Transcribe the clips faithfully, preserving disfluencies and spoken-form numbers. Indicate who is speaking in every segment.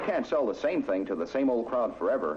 Speaker 1: Can't sell the same thing to the same old crowd forever.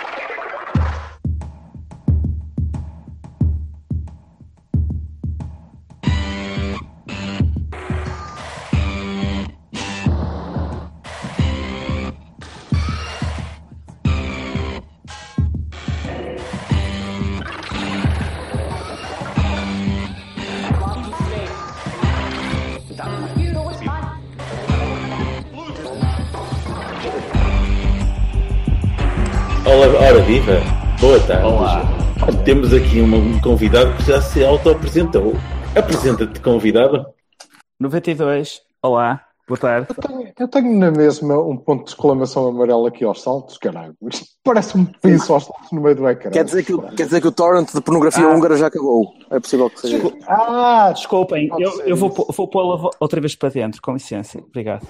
Speaker 2: Ora viva, boa tarde.
Speaker 3: Olá.
Speaker 2: Temos aqui uma, um convidado que já se auto-apresentou. Apresenta-te, convidado.
Speaker 3: noventa e dois, olá, boa tarde.
Speaker 4: Eu tenho, eu tenho na mesma um ponto de exclamação amarelo aqui aos saltos, caralho. Isto parece-me piso aos saltos no meio do ecrã.
Speaker 5: Quer dizer que, quer dizer que o torrent de pornografia
Speaker 3: Ah.
Speaker 5: húngara já acabou. É possível que seja.
Speaker 3: Desculpa.
Speaker 4: Ah,
Speaker 3: Desculpem,
Speaker 4: pode
Speaker 3: eu,
Speaker 4: ser
Speaker 3: eu vou,
Speaker 4: isso.
Speaker 3: pô- vou pô-la outra vez para dentro, com licença, obrigado.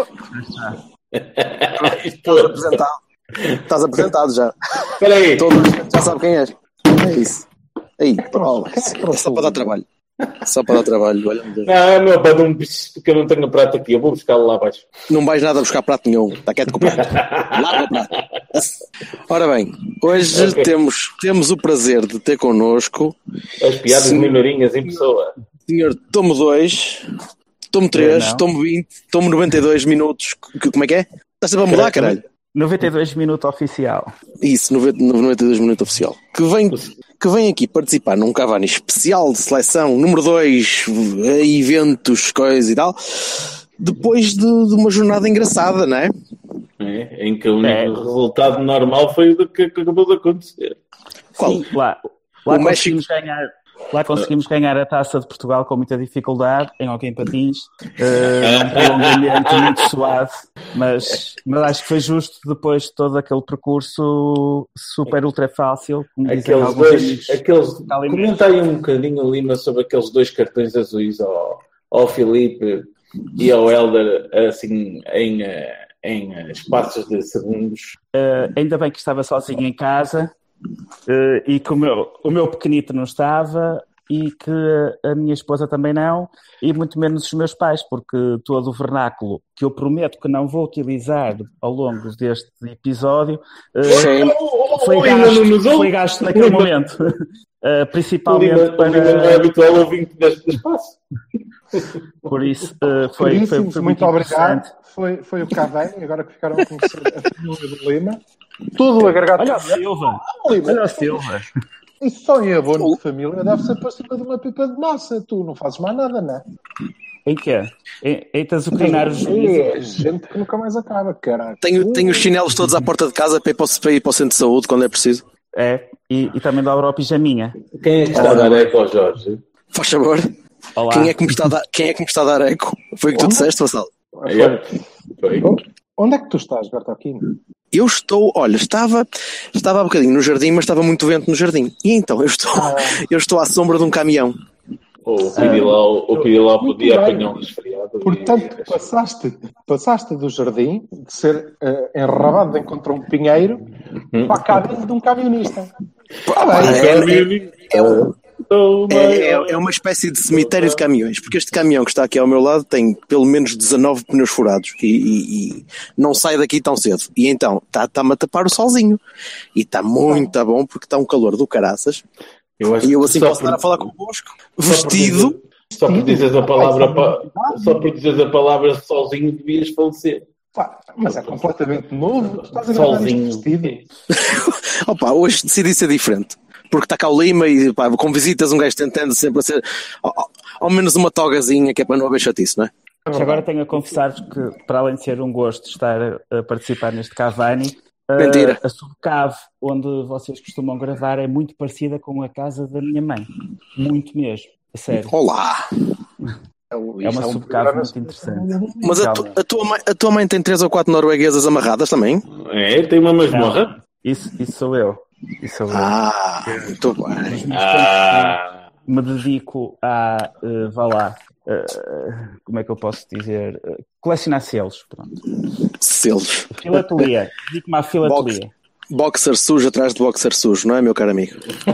Speaker 5: Estás apresentado. Estás apresentado já.
Speaker 2: Espera aí.
Speaker 5: Todo mundo já sabe quem és. É isso. Aí, oh, é só para dar trabalho. Só para dar trabalho. Olha,
Speaker 2: Não, não, para não, porque eu não tenho prato aqui. Eu vou buscá-lo lá abaixo.
Speaker 5: não vais nada buscar prato nenhum. Está quieto com o prato. Larga o prato. Ora bem, hoje
Speaker 2: Ok.
Speaker 5: temos, temos o prazer de ter connosco
Speaker 2: As piadas
Speaker 5: Sim.
Speaker 2: mineirinhas em pessoa.
Speaker 5: o senhor Tomo dois, Tomo três,
Speaker 3: não.
Speaker 5: Tomo vinte, Tomo noventa e dois minutos. Que- Como é que é? Estás sempre a mudar, caralho?
Speaker 3: noventa e dois minuto oficial.
Speaker 5: Isso, noventa, noventa e dois minuto oficial. Que vem, que vem aqui participar num Cavani especial de seleção, número dois, eventos, coisas e tal, depois de, de uma jornada engraçada, não é?
Speaker 2: É, em que o único
Speaker 3: É.
Speaker 2: resultado normal foi o que que acabou de acontecer.
Speaker 5: Qual?
Speaker 3: Sim, lá, lá
Speaker 5: O
Speaker 3: conseguimos ganhar. Lá conseguimos ganhar a Taça de Portugal com muita dificuldade, em Hóquei em Patins, eh, um prolongamento muito suave, mas, mas acho que foi justo depois de todo aquele percurso super ultra fácil, como dizem
Speaker 2: Aqueles
Speaker 3: alguns
Speaker 2: dois,
Speaker 3: amigos.
Speaker 2: aqueles,
Speaker 3: ali mesmo.
Speaker 2: comenta aí um bocadinho, Lima, sobre aqueles dois cartões azuis ao, ao Filipe e ao Hélder, assim, em, eh, em eh, espaços de segundos.
Speaker 3: Eh, ainda bem que estava sozinho em casa eh, e que o meu, o meu pequenito não estava e que a minha esposa também não, e muito menos os meus pais, porque todo o vernáculo que eu prometo que não vou utilizar ao longo deste episódio eh,
Speaker 5: Shame.
Speaker 3: foi,
Speaker 2: O Lima não nos
Speaker 3: gasto,
Speaker 2: ouve.
Speaker 3: foi gasto naquele
Speaker 2: O Lima-
Speaker 3: momento. Eh,
Speaker 2: O
Speaker 3: principalmente
Speaker 2: Lima, o Lima não é
Speaker 3: para...
Speaker 2: habitual ouvinte deste espaço.
Speaker 3: Por isso, eh, foi, foi,
Speaker 4: Queridíssimos,
Speaker 3: foi
Speaker 4: muito
Speaker 3: muito
Speaker 4: obrigado.
Speaker 3: interessante.
Speaker 4: Foi, foi o Cavani, agora que ficaram a conhecer a família do Lima. Tudo agregado.
Speaker 3: Olha o Silva,
Speaker 4: Lima,
Speaker 3: olha o Silva.
Speaker 4: isso só em abono de família deve ser para cima de uma pipa de massa. Tu não fazes mais nada, não é?
Speaker 3: Em quê? Em, em azucrinar os
Speaker 4: É gente que nunca mais acaba, caralho.
Speaker 5: Tenho, tenho os chinelos todos à porta de casa para ir para o, para ir para o centro de saúde quando é preciso.
Speaker 3: É, e, e também dobra o pijaminha.
Speaker 2: Quem é que está a dar eco ao Jorge?
Speaker 5: Faz favor.
Speaker 3: Olá.
Speaker 5: Quem é, que me está a dar, quem é que me está a dar eco? Foi o que tu disseste, Vassal?
Speaker 2: Foi.
Speaker 4: Onde é que tu estás, Bertolini?
Speaker 5: Eu estou, olha, estava, estava há bocadinho no jardim, mas estava muito vento no jardim. E então, eu estou, eu estou à sombra de um caminhão.
Speaker 2: O Pirilau, o Pirilau
Speaker 4: Muito
Speaker 2: podia
Speaker 4: bem.
Speaker 2: apanhar um resfriado.
Speaker 4: Portanto,
Speaker 2: e-
Speaker 4: passaste, passaste do jardim, de ser uh, enrabado de encontrar um pinheiro, para a cabine de um camionista.
Speaker 5: Pá, é, é, é, um- é, é, é uma espécie de cemitério de caminhões, porque este caminhão que está aqui ao meu lado tem pelo menos dezanove pneus furados e, e- e não sai daqui tão cedo. E então está- está-me a tapar o solzinho. E está muito bom porque está um calor do caraças.
Speaker 2: Eu acho
Speaker 5: E eu
Speaker 2: que
Speaker 5: assim
Speaker 2: só
Speaker 5: posso
Speaker 2: por-
Speaker 5: estar a falar convosco,
Speaker 2: só por
Speaker 5: vestido.
Speaker 2: dizer- Só por dizes a palavra, pa- só por dizes a palavra sozinho devias falecer.
Speaker 4: Pá, mas é completamente novo. Tu estás a gravar isto
Speaker 2: Solzinho.
Speaker 4: vestido.
Speaker 5: Opa, hoje decidi ser diferente. Porque está cá o Lima e pá, com visitas um gajo tentando sempre a ser ao, ao- ao menos uma togazinha que é para não haver chatice, não é?
Speaker 3: Mas agora tenho a confessar-vos que, para além de ser um gosto estar a, a participar neste Cavani, a-
Speaker 5: Mentira.
Speaker 3: a subcave onde vocês costumam gravar é muito parecida com a casa da minha mãe. Muito mesmo. A sério.
Speaker 5: Olá!
Speaker 3: É uma subcave muito interessante.
Speaker 5: Mas a, tu- a tua mãe, a tua mãe tem três ou quatro norueguesas amarradas também?
Speaker 2: É, tem uma masmorra.
Speaker 3: Não, isso, isso sou eu. Isso sou eu.
Speaker 5: Ah, muito bem.
Speaker 2: Ah,
Speaker 3: Me dedico a, uh, vá lá, uh, como é que eu posso dizer? Uh, colecionar selos. Pronto.
Speaker 5: Selos.
Speaker 3: Filatelia. Dedico-me à filatelia.
Speaker 5: Boxer sujo atrás de boxer sujo, não é, meu caro amigo?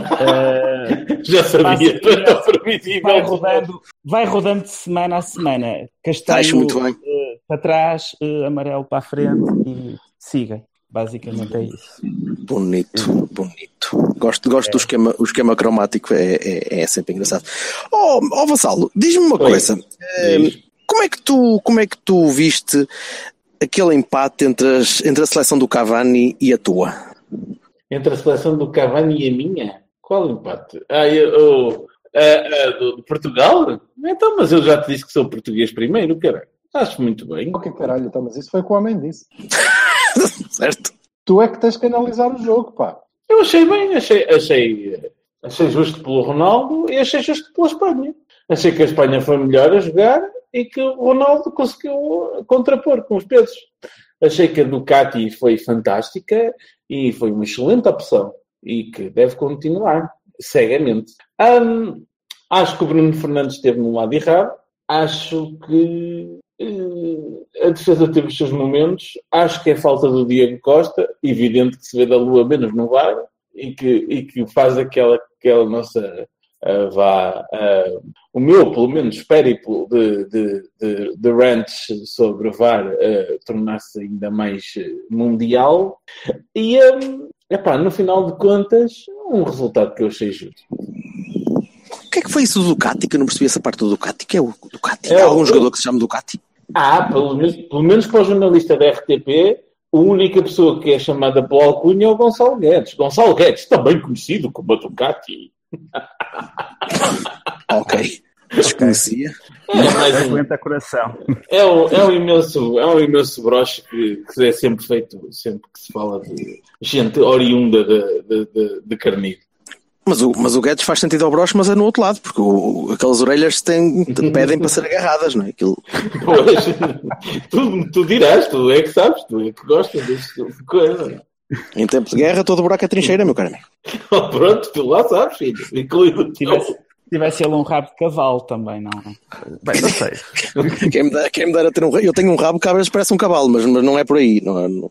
Speaker 3: Uh,
Speaker 2: já sabia.
Speaker 3: Passa-
Speaker 2: Era previsível.
Speaker 3: vai, rodando, vai rodando de semana a semana.
Speaker 5: Acho
Speaker 3: Castanho
Speaker 5: muito bem.
Speaker 3: uh, para trás, uh, amarelo para a frente e sigam. Basicamente é isso.
Speaker 5: Bonito, bonito. Gosto, gosto é. do esquema, o esquema cromático, é, é, é sempre engraçado. Oh, oh Vassalo, diz-me uma Oi. coisa. Diz. Como é que tu, como é que tu viste aquele empate entre, as, entre a seleção do Cavani e a tua?
Speaker 2: Entre a seleção do Cavani e a minha? Qual empate? Ah, eu, a, a, do, de Portugal? Então, mas eu já te disse que sou português primeiro, caralho. Acho muito bem.
Speaker 4: Ok, caralho, então, mas isso foi o que o homem disse.
Speaker 5: Certo.
Speaker 4: Tu é que tens que analisar o jogo, pá.
Speaker 2: Eu achei bem, achei, achei, achei justo pelo Ronaldo e achei justo pela Espanha. Achei que a Espanha foi melhor a jogar e que o Ronaldo conseguiu contrapor com os pesos. Achei que a Ducati foi fantástica e foi uma excelente opção e que deve continuar cegamente. Um, acho que o Bruno Fernandes esteve no lado errado. Acho que uh, a defesa teve os seus momentos. Acho que é falta do Diego Costa, evidente que se vê da lua menos no V A R e que, e que faz aquela, aquela nossa uh, vá, uh, o meu, pelo menos, périplo de, de, de, de rants sobre o V A R uh, tornar-se ainda mais mundial. E um, epá, no final de contas, um resultado que eu achei justo.
Speaker 5: O que é que foi isso do Ducati? Que eu não percebi essa parte do Ducati. O que é o Ducati?
Speaker 2: É
Speaker 5: Há algum
Speaker 2: o...
Speaker 5: jogador que se chama Ducati?
Speaker 2: Ah, pelo menos, pelo menos para o jornalista da R T P, a única pessoa que é chamada pela alcunha é o Gonçalo Guedes. Gonçalo Guedes, também conhecido como a Ducati.
Speaker 5: Ok. Desconhecia.
Speaker 3: É, mais aguenta coração.
Speaker 2: É um, é um imenso, é um imenso broche que, que é sempre feito, sempre que se fala de gente oriunda de, de, de, de Carneiro.
Speaker 5: Mas o, mas o Guedes faz sentido ao broche, mas é no outro lado, porque o, aquelas orelhas têm, pedem para ser agarradas, não é? Aquilo...
Speaker 2: Pois, tu, tu dirás, tu é que sabes, tu é que gostas desse tipo de coisa.
Speaker 5: Em tempo de guerra, todo buraco é trincheira, meu caro amigo.
Speaker 2: Oh, pronto, tu lá sabes, filho. Incluindo
Speaker 3: tivesse, tivesse ele um rabo de cavalo também, não? Bem, não sei.
Speaker 5: Quem me dera, quem me dera ter um rabo. Eu tenho um rabo que às vezes parece um cavalo, mas, mas não é por aí. Não, não,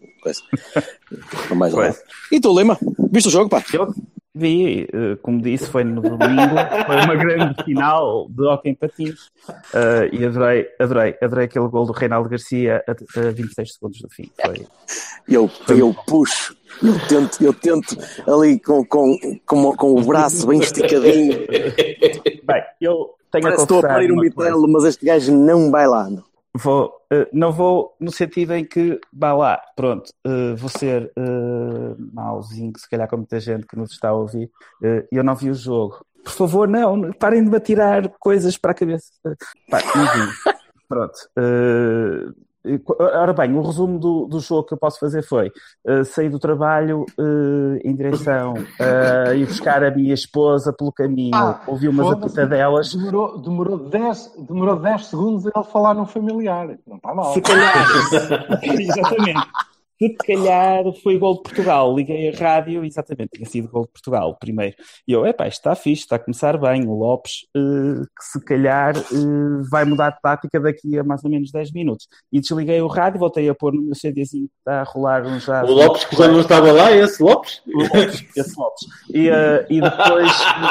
Speaker 5: não mais nada. E tu, Lima? Viste o jogo, pá?
Speaker 3: Eu vi, como disse, foi no domingo, foi uma grande final de hóquei em patins uh, e adorei, adorei, adorei aquele gol do Reinaldo Garcia a, a vinte e seis segundos do fim. Foi,
Speaker 5: eu, foi... eu puxo, eu tento, eu tento ali com, com, com, com o braço bem esticadinho.
Speaker 3: Bem, eu tenho
Speaker 5: Parece
Speaker 3: a confessar.
Speaker 5: Estou a parir um bitelo, mas este gajo não vai lá. Não.
Speaker 3: Vou, uh, não vou no sentido em que, vá lá, pronto, uh, vou ser uh, mauzinho, se calhar com muita gente que nos está a ouvir, uh, eu não vi o jogo. Por favor, não, parem de me atirar coisas para a cabeça. Pá, enfim, pronto. Uh, ora bem, o resumo do, do jogo que eu posso fazer foi uh, sair do trabalho uh, em direção a uh, ir buscar a minha esposa pelo caminho, ah, ouvi umas apitadelas.
Speaker 4: Demorou, demorou, dez, demorou dez segundos a ele falar num familiar. Não está mal.
Speaker 3: Se calhar. Exatamente. Se calhar foi gol de Portugal. Liguei a rádio, exatamente, tinha sido gol de Portugal primeiro. E eu, epá, isto está fixe, está a começar bem. O Lopes, uh, que se calhar uh, vai mudar de tática daqui a mais ou menos dez minutos. E desliguei o rádio, voltei a pôr no meu CDzinho que está a rolar um já.
Speaker 2: O Lopes que já não estava lá, esse Lopes?
Speaker 3: O Lopes, esse Lopes. E, uh, e depois...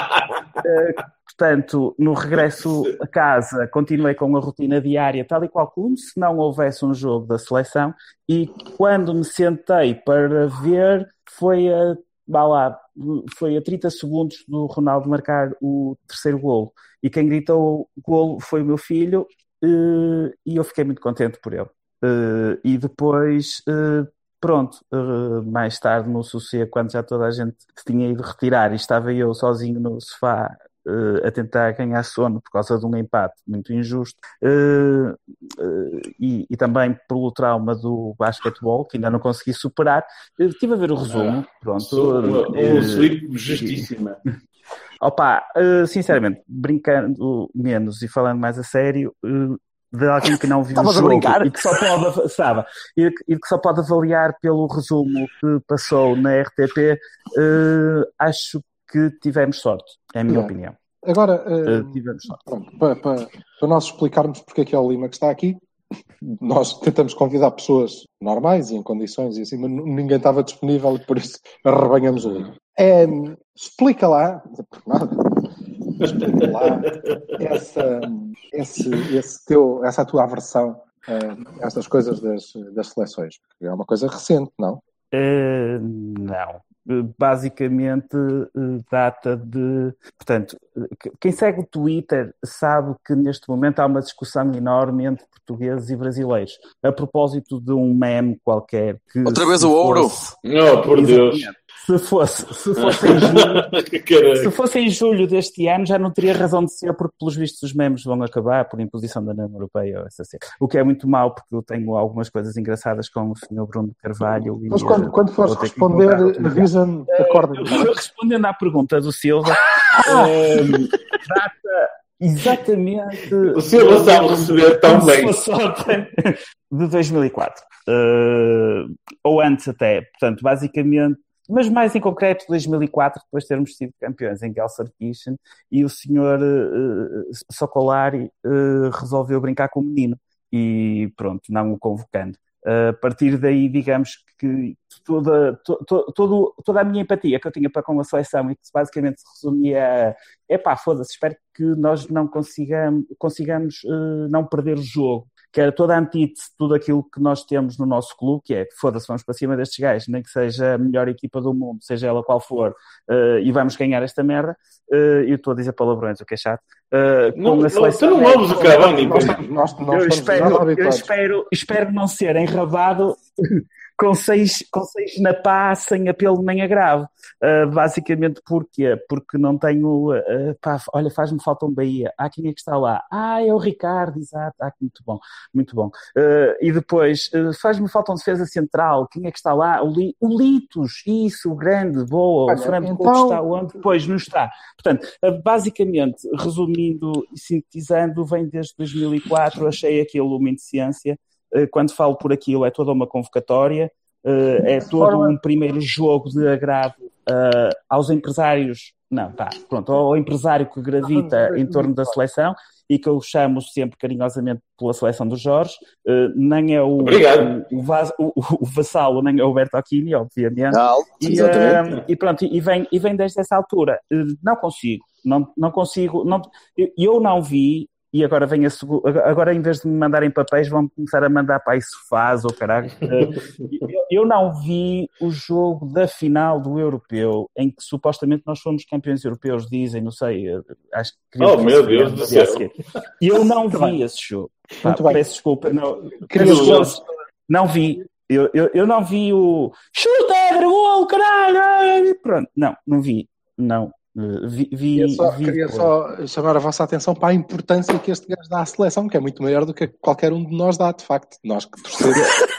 Speaker 3: Uh, Portanto, no regresso a casa, continuei com a rotina diária, tal e qual como se não houvesse um jogo da seleção, e quando me sentei para ver, foi a, vá lá, foi a trinta segundos do Ronaldo marcar o terceiro golo. E quem gritou o golo foi o meu filho, e eu fiquei muito contente por ele. E depois... Pronto, mais tarde no sossego, quando já toda a gente se tinha ido retirar e estava eu sozinho no sofá Uh, a tentar ganhar sono por causa de um empate muito injusto uh, uh, e, e também pelo trauma do basquetebol que ainda não consegui superar, uh, estive a ver o resumo. Ah, pronto,
Speaker 2: sou, uh, uh, Filipe, justíssima.
Speaker 3: Opa, uh, sinceramente, brincando menos e falando mais a sério, uh, de alguém que não viu o jogo e que só pode, sabe, e que, e que só pode avaliar pelo resumo que passou na R T P, uh, acho que tivemos sorte, é a minha não. opinião.
Speaker 4: Agora, uh,
Speaker 3: uh, tivemos sorte.
Speaker 4: Pronto, para, para, para nós explicarmos porque é que é o Lima que está aqui, nós tentamos convidar pessoas normais e em condições e assim, mas ninguém estava disponível e por isso arrebanhamos o Lima. É, explica lá, por nada, explica lá essa, esse, esse teu, essa tua aversão uh, estas coisas das, das seleções? É uma coisa recente, não?
Speaker 3: Uh, não. Basicamente data de... Portanto, quem segue o Twitter sabe que neste momento há uma discussão enorme entre portugueses e brasileiros a propósito de um meme qualquer que...
Speaker 5: Outra vez o ouro?
Speaker 2: Não, por Deus.
Speaker 3: Se fosse, se fosse em julho, se fosse em julho deste ano já não teria razão de ser, porque pelos vistos os memes vão acabar por imposição da União Europeia, o que é muito mau, porque eu tenho algumas coisas engraçadas com o senhor Bruno Carvalho.
Speaker 4: Mas quando,
Speaker 3: e,
Speaker 4: quando fores responder, avisa-me, acorda.
Speaker 3: Respondendo à pergunta do Silva, um, data exatamente...
Speaker 2: O Silva sabe receber tão bem.
Speaker 3: De dois mil e quatro. Uh, ou antes até. Portanto, basicamente... Mas mais em concreto, dois mil e quatro, depois de termos sido campeões em Gelsenkirchen, e o senhor uh, Socolari uh, resolveu brincar com o menino e pronto, não o convocando. Uh, a partir daí, digamos que toda, to, to, todo, toda a minha empatia que eu tinha para com a seleção e que basicamente se resumia a epá, foda-se, espero que nós não consigamos, consigamos uh, não perder o jogo, que era toda a antítese de tudo aquilo que nós temos no nosso clube, que é, foda-se, vamos para cima destes gajos, nem que seja a melhor equipa do mundo, seja ela qual for, uh, e vamos ganhar esta merda. Uh, eu estou a dizer palavrões, o que é chato. Uh,
Speaker 2: não, não, tu não ouves o Cavani.
Speaker 3: Eu espero, eu espero, espero não ser enrabado com seis, com seis na pá, sem apelo nem agravo. Uh, basicamente porquê? Porque não tenho... Uh, pá, olha, faz-me falta um Bahia. Ah, quem é que está lá? Ah, é o Ricardo, exato. Ah, muito bom, muito bom. Uh, e depois, uh, faz-me falta um defesa central. Quem é que está lá? O, Li, o Litos, isso, grande, boa. Olha, o Fernando então... Couto está onde? Pois, não está. Portanto, uh, basicamente, resumindo e sintetizando, vem desde dois mil e quatro, achei aquilo uma indecência. Quando falo por aquilo, é toda uma convocatória, é todo um primeiro jogo de agrado uh, aos empresários, não, tá, pronto, ao empresário que gravita em torno da seleção e que eu chamo sempre carinhosamente pela seleção do Jorge, uh, nem é o, o, o, vas, o, o vassalo, nem é o Bertocchini, obviamente,
Speaker 5: não,
Speaker 3: e, uh, e pronto, e vem, e vem desde essa altura. Uh, não consigo, não, não consigo, não, eu, eu não vi. E agora vem a segu... agora em vez de me mandarem papéis vão começar a mandar para aí sofás ou caralho. Eu não vi o jogo da final do Europeu em que supostamente nós fomos campeões europeus, dizem, não sei, acho que...
Speaker 2: Oh meu Deus do céu!
Speaker 3: Eu não vi esse jogo. Pá, peço desculpa. Não, não vi. Eu, eu, eu não vi o... Chuta, Éder, gol, caralho! Pronto, não, não vi. Não. Vi, vi,
Speaker 4: eu só,
Speaker 3: vi
Speaker 4: queria só chamar a vossa atenção para a importância que este gajo dá à seleção, que é muito maior do que qualquer um de nós dá, de facto. Nós que torcemos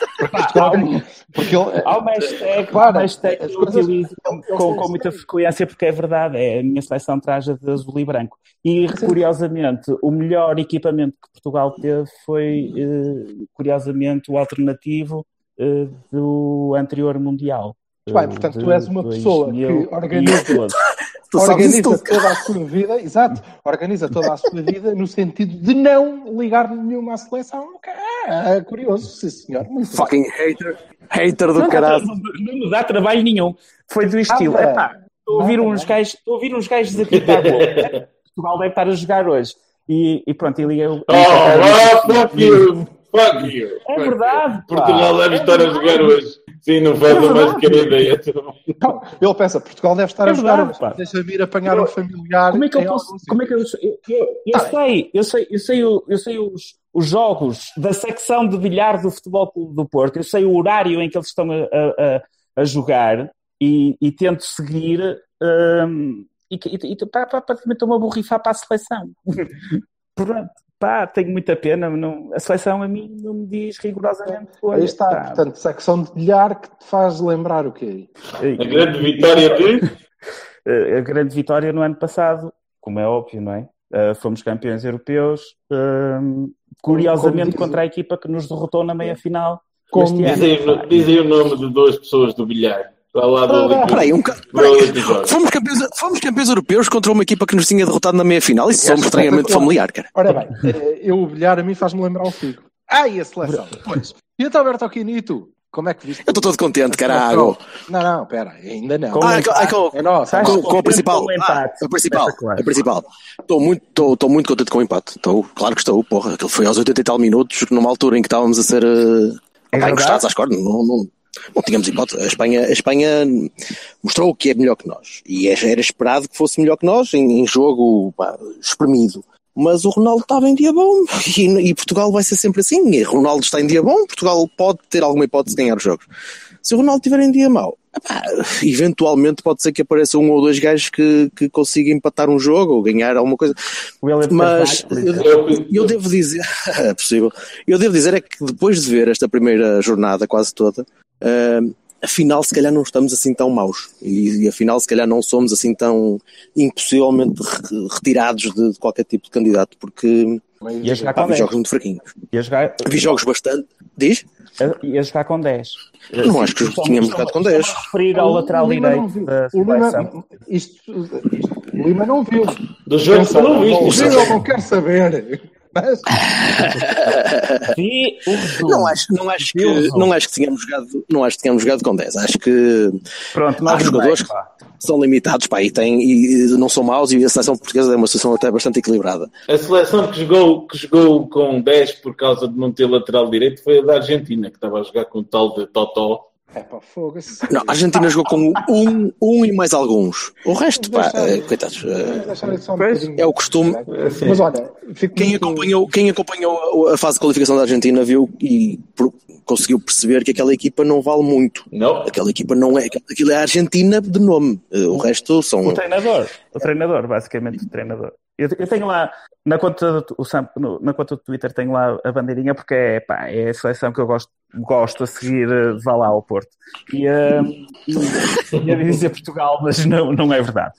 Speaker 4: porque ele,
Speaker 3: há uma hashtag, claro, uma hashtag que eu utilizo com, com, com muita frequência porque é verdade, é a minha seleção traja de azul e branco. E sim, curiosamente, o melhor equipamento que Portugal teve foi, eh, curiosamente, o alternativo eh, do anterior Mundial.
Speaker 4: Bem, portanto, tu és uma pessoa que organiza, organiza toda a sua vida, exato, organiza toda a sua vida no sentido de não ligar nenhuma à seleção. É, é curioso, sim senhor. Muito
Speaker 5: fucking bem. hater, hater do
Speaker 3: não,
Speaker 5: caralho.
Speaker 3: Não, não me dá trabalho nenhum. Foi do estilo, ah, epá, estou a ouvir uns gajos, estou a ouvir uns gajos aqui para a boca. Portugal deve estar a jogar hoje. E, e pronto, e liguei o...
Speaker 2: Oh, oh, fuck you! Fuck you!
Speaker 3: É verdade!
Speaker 2: Portugal deve estar a jogar hoje. Sim, não faz a mais pequena ideia.
Speaker 4: Não, ele pensa, Portugal deve estar é a jogar hoje. Deixa-me ir apanhar eu, um familiar.
Speaker 3: Como é que eu posso... Como é que eu, eu, eu, eu tá sei, eu sei, eu sei, eu, eu sei os, os jogos da secção de bilhar do Futebol Clube do Porto. Eu sei o horário em que eles estão a, a, a jogar e, e tento seguir... Um, e, e, e pá, pá, praticamente estou-me a borrifar para a seleção. Pronto. Pá, tenho muita pena, não, a seleção a mim não me diz rigorosamente. Olha,
Speaker 4: aí está, pá, portanto, secção de bilhar que te faz lembrar o quê?
Speaker 2: A grande vitória de...
Speaker 3: A grande vitória no ano passado, como é óbvio, não é? Uh, fomos campeões europeus, uh, curiosamente contra a equipa que nos derrotou na meia-final.
Speaker 2: Dizem, dizem o nome de duas pessoas do bilhar. Lá do
Speaker 5: ah, peraí, um ca... peraí. Fomos, campeões, fomos campeões europeus contra uma equipa que nos tinha derrotado na meia-final. Isso é estranhamente familiar, cara.
Speaker 4: Ora bem, eu o bilhar a mim faz-me lembrar o Figo. Ah, e a seleção? Pois. E então, Bertocchini, e tu? Como é que viste?
Speaker 5: Eu estou todo contente, caralho.
Speaker 4: Não, não, pera, ainda não.
Speaker 5: Com, ah, com, com,
Speaker 4: é nossa,
Speaker 5: com, com o principal.
Speaker 3: Com o empate.
Speaker 5: Ah, o principal. O principal. Estou muito, estou, estou muito contente com o empate. Estou, claro que estou, porra. Aquilo foi aos oitenta e tal minutos, numa altura em que estávamos a ser uh,
Speaker 3: é
Speaker 5: bem encostados às cordas. Não, não, não tínhamos hipótese. A Espanha, a Espanha mostrou que é melhor que nós. E era esperado que fosse melhor que nós em, em jogo pá, espremido. Mas o Ronaldo estava em dia bom e, e Portugal vai ser sempre assim. E Ronaldo está em dia bom, Portugal pode ter alguma hipótese de ganhar os jogos. Se o Ronaldo estiver em dia mau, epá, eventualmente pode ser que apareça um ou dois gajos que, que consigam empatar um jogo ou ganhar alguma coisa. Mas eu, eu devo dizer, é possível, eu devo dizer é que depois de ver esta primeira jornada quase toda, uh, afinal se calhar não estamos assim tão maus e, e afinal se calhar não somos assim tão impossivelmente re- retirados de, de qualquer tipo de candidato, porque pá, vi jogos muito fraquinhos, jogar... vi jogos bastante, diz?
Speaker 3: Ia jogar com dez.
Speaker 5: Não acho que estamos, tínhamos jogado com dez.
Speaker 3: Estou a referir ao lateral direito da seleção.
Speaker 4: Isto, isto, o Lima não viu.
Speaker 2: Do jogo que não viste.
Speaker 4: Eu não quero saber. Mas...
Speaker 3: Vi o resumo.
Speaker 5: Não acho, não acho que, não acho que tínhamos jogado, não acho que tínhamos jogado com dez. Acho que
Speaker 3: Pronto,
Speaker 5: há jogadores bem, que são limitados, pá, e, têm, e não são maus, e a seleção portuguesa é uma seleção até bastante equilibrada.
Speaker 2: A seleção que jogou, que jogou com dez por causa de não ter lateral direito foi a da Argentina, que estava a jogar com o tal de Totó.
Speaker 4: É pá, fogo.
Speaker 5: Não, a Argentina jogou com um, um e mais alguns. O resto, pá, é, coitados. É, é o costume.
Speaker 4: Sim. Mas olha,
Speaker 5: quem,
Speaker 4: muito...
Speaker 5: acompanhou, quem acompanhou a fase de qualificação da Argentina viu e conseguiu perceber que aquela equipa não vale muito.
Speaker 2: Não.
Speaker 5: Aquela equipa não é. Aquilo é a Argentina de nome. O resto são.
Speaker 3: O treinador. O treinador, basicamente, o treinador. Eu, eu tenho lá, na conta, do, o, na conta do Twitter, tenho lá a bandeirinha porque é, pá, é a seleção que eu gosto, gosto a seguir, uh, vá lá ao Porto. E uh, ia dizer Portugal, mas não, não é verdade.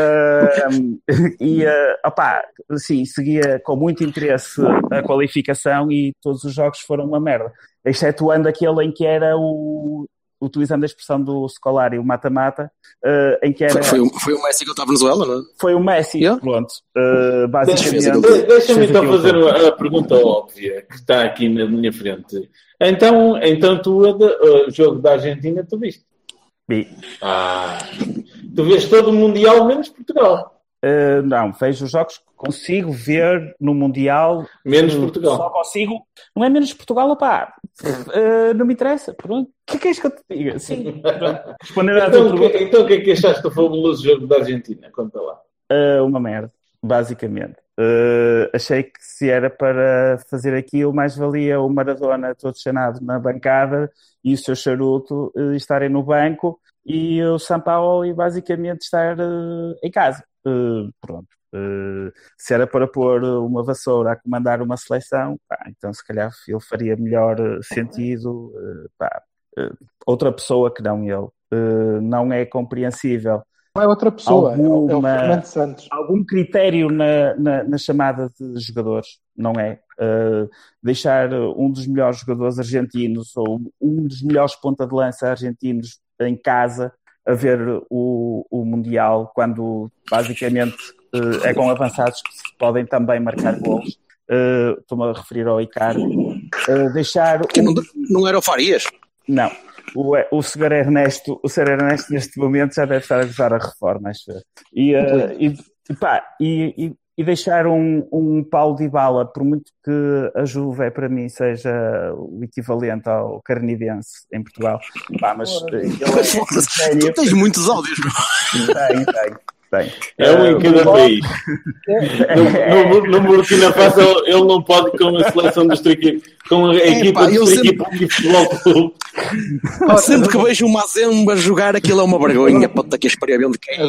Speaker 3: Uh, e, uh, opá, sim, seguia com muito interesse a qualificação e todos os jogos foram uma merda. Excetuando aquele em que era o... utilizando a expressão do Scolari, o mata-mata, uh, em que era...
Speaker 5: Foi, foi, foi o Messi que eu estava na Venezuela, não é?
Speaker 3: Foi o Messi, yeah. Pronto. Uh, basicamente...
Speaker 2: Deixa-me, deixa-me então fazer a, a pergunta óbvia, que está aqui na minha frente. Então, então tu, o jogo da Argentina, tu viste?
Speaker 3: Vi.
Speaker 2: Ah, tu vês todo o Mundial, menos Portugal.
Speaker 3: Uh, não, vejo os jogos que consigo ver no Mundial.
Speaker 2: Menos Portugal.
Speaker 3: Só consigo. Não é menos Portugal, opá. Uh, não me interessa. Pronto. O que é que és que eu te diga? Sim. Respondendo à
Speaker 2: então,
Speaker 3: tua pergunta.
Speaker 2: Que, então o que é que achaste do fabuloso jogo da Argentina? Conta lá.
Speaker 3: Uh, uma merda, basicamente. Uh, achei que se era para fazer aquilo, mais valia o Maradona todo chanado na bancada e o seu charuto uh, estarem no banco e o Sampaoli basicamente estar uh, em casa. Uh, pronto. Uh, se era para pôr uma vassoura a comandar uma seleção, pá, então se calhar ele faria melhor sentido. Uh, pá, uh, outra pessoa que não ele. Uh, não é compreensível.
Speaker 4: Não é outra pessoa, alguma, é o Fernando Santos.
Speaker 3: Algum critério na, na, na chamada de jogadores, não é? Uh, deixar um dos melhores jogadores argentinos ou um dos melhores ponta de lança argentinos em casa a ver o, o Mundial, quando basicamente uh, é com avançados que se podem também marcar gols. Uh, estou-me a referir ao Icardi. Uh, deixar
Speaker 5: que um... não, não era o Farias?
Speaker 3: Não. O, o senhor Ernesto, o senhor Ernesto neste momento já deve estar a gozar a reforma, acho. E, uh, e, e, pá, e, e, e deixar um, um Paulo Dybala, por muito que a Juve para mim seja o equivalente ao Carnidense em Portugal, pá, mas ele
Speaker 5: é, tu tens muitos áudios, meu.
Speaker 3: Tenho, tenho. Tem.
Speaker 2: É um em cada uh, país. No, no, no Burkina Faso ele não pode com a seleção do equipe, com a é, equipa
Speaker 5: pá,
Speaker 2: do
Speaker 5: sempre...
Speaker 2: futebol.
Speaker 5: Sempre que vejo uma Mazemba jogar, aquilo é uma vergonha. Puta que espalha onde quer.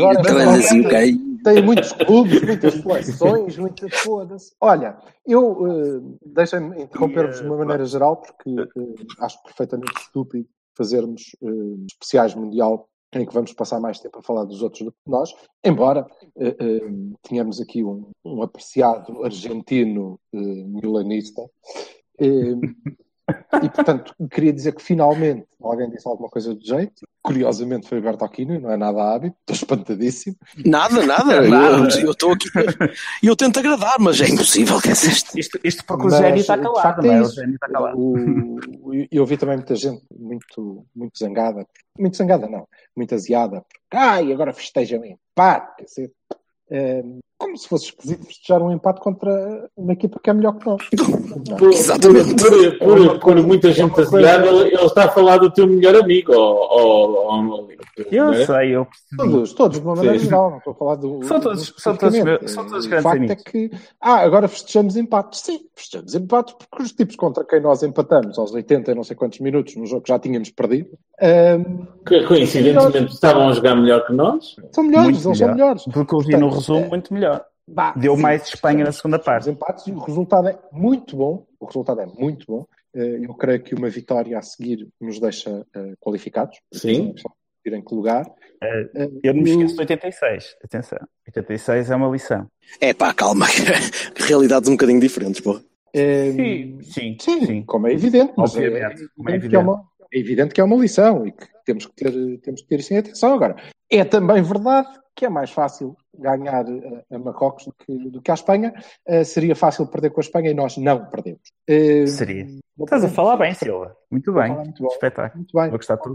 Speaker 4: Tem muitos clubes, muitas seleções, muitas foda-se. Olha, eu uh, deixem-me interromper-vos de uma maneira geral, porque uh, acho perfeitamente estúpido fazermos uh, especiais mundial em que vamos passar mais tempo a falar dos outros do que nós, embora uh, uh, tenhamos aqui um, um apreciado argentino uh, milanista. Uh, E, portanto, queria dizer que finalmente alguém disse alguma coisa do jeito. Curiosamente foi o Bertolini, não é nada hábito. Estou espantadíssimo.
Speaker 5: Nada, nada. nada. Eu estou aqui e eu tento agradar, mas é impossível. Que é
Speaker 3: isto, isto, isto porque mas, o Gênio está calado, não é? O Gênio está calado.
Speaker 4: O, eu vi também muita gente muito, muito zangada. Muito zangada, não. Muito aziada. Ai, agora festejam em empate. Quer dizer, é, como se fosse esquisito festejar um empate contra uma equipa que é melhor que nós.
Speaker 5: Por, Exatamente.
Speaker 2: Por, por, por, por muita gente aziada, ele, ele está a falar do teu melhor amigo. Ou, ou, ou,
Speaker 3: eu é? sei, eu percebi.
Speaker 4: Todos, todos, de uma maneira Sim. geral. Não estou a falar do.
Speaker 3: São todos, são todos, são todos grandes
Speaker 4: amigos. O facto
Speaker 3: amigos.
Speaker 4: é que. Ah, agora festejamos empates. Sim, festejamos empates porque os tipos contra quem nós empatamos aos oitenta e não sei quantos minutos no jogo que já tínhamos perdido. Um,
Speaker 2: que coincidentemente nós... estavam a jogar melhor que nós.
Speaker 4: São melhores,
Speaker 3: muito
Speaker 4: eles
Speaker 3: melhor.
Speaker 4: são melhores.
Speaker 3: Porque eu vi no resumo é... muito melhor. Bah, Deu sim, mais de Espanha na segunda parte.
Speaker 4: Os empates e o resultado é muito bom. O resultado é muito bom. Eu creio que uma vitória a seguir nos deixa qualificados.
Speaker 2: Sim.
Speaker 4: Ir em que lugar.
Speaker 3: Uh, eu não me esqueço de oitenta e seis. Atenção. oitenta e seis é uma lição.
Speaker 5: É pá, calma. Realidades um bocadinho diferentes, pô.
Speaker 4: É,
Speaker 3: sim, sim,
Speaker 4: sim, sim, como é evidente. Mas é, é, evidente é, evidente. Que é, uma, é evidente que é uma lição e que temos que ter, temos que ter isso em atenção. Agora, é também verdade que é mais fácil ganhar a, a Marrocos do que, do que a Espanha. Uh, seria fácil perder com a Espanha e nós não perdemos. Uh,
Speaker 3: seria. Estás a falar bem, Silva. Muito bem. Muito espetáculo.
Speaker 4: Muito bem.
Speaker 3: Vou gostar de tudo.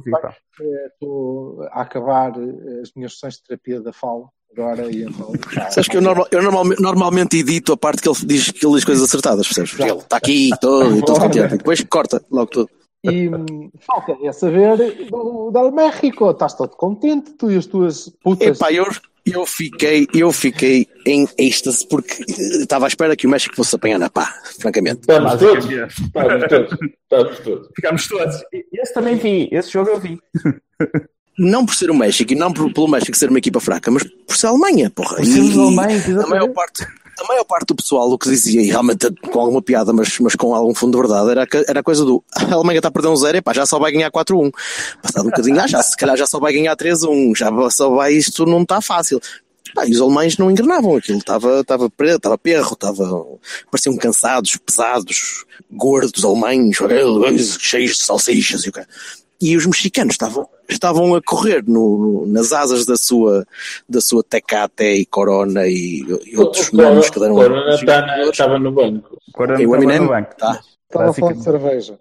Speaker 4: Estou a acabar as minhas sessões de terapia da fala agora e então.
Speaker 5: Sabes que eu, normal, eu normal, normalmente edito a parte que ele diz que ele diz coisas acertadas, percebes? Porque ele está aqui todo, todo contente. E depois corta logo tudo.
Speaker 4: E falta é saber do, do México. Estás todo contente, tu e as tuas putas.
Speaker 5: Epá, eu, eu fiquei, eu fiquei em êxtase porque estava à espera que o México fosse apanhar na pá, francamente.
Speaker 2: Estamos todos. Estamos todos. Estamos todos.
Speaker 3: Ficámos todos. Esse também vi, esse jogo eu vi.
Speaker 5: Não por ser o México e não por, pelo México ser uma equipa fraca, mas por ser a Alemanha, porra.
Speaker 3: Por ser os alemães,
Speaker 5: a maior parte, a maior parte do pessoal o que dizia, e realmente com alguma piada, mas, mas com algum fundo de verdade, era, era a coisa do a Alemanha está a perder um zero, epá, já só vai ganhar quatro a um. Passado um bocadinho, ah, já, se calhar já só vai ganhar três a um, já só vai, isto não está fácil. Pá, e os alemães não engrenavam aquilo, estava, estava preto, estava perro, estava, pareciam cansados, pesados, gordos, alemães, cheios de salsichas e o que. E os mexicanos estavam, estavam a correr no, no, nas asas da sua, da sua Tecate e Corona e, e outros
Speaker 2: o
Speaker 5: nomes que deram.
Speaker 2: Corona estava no banco.
Speaker 3: Corona estava no banco.
Speaker 5: Tá.
Speaker 4: Estava a falar de cerveja.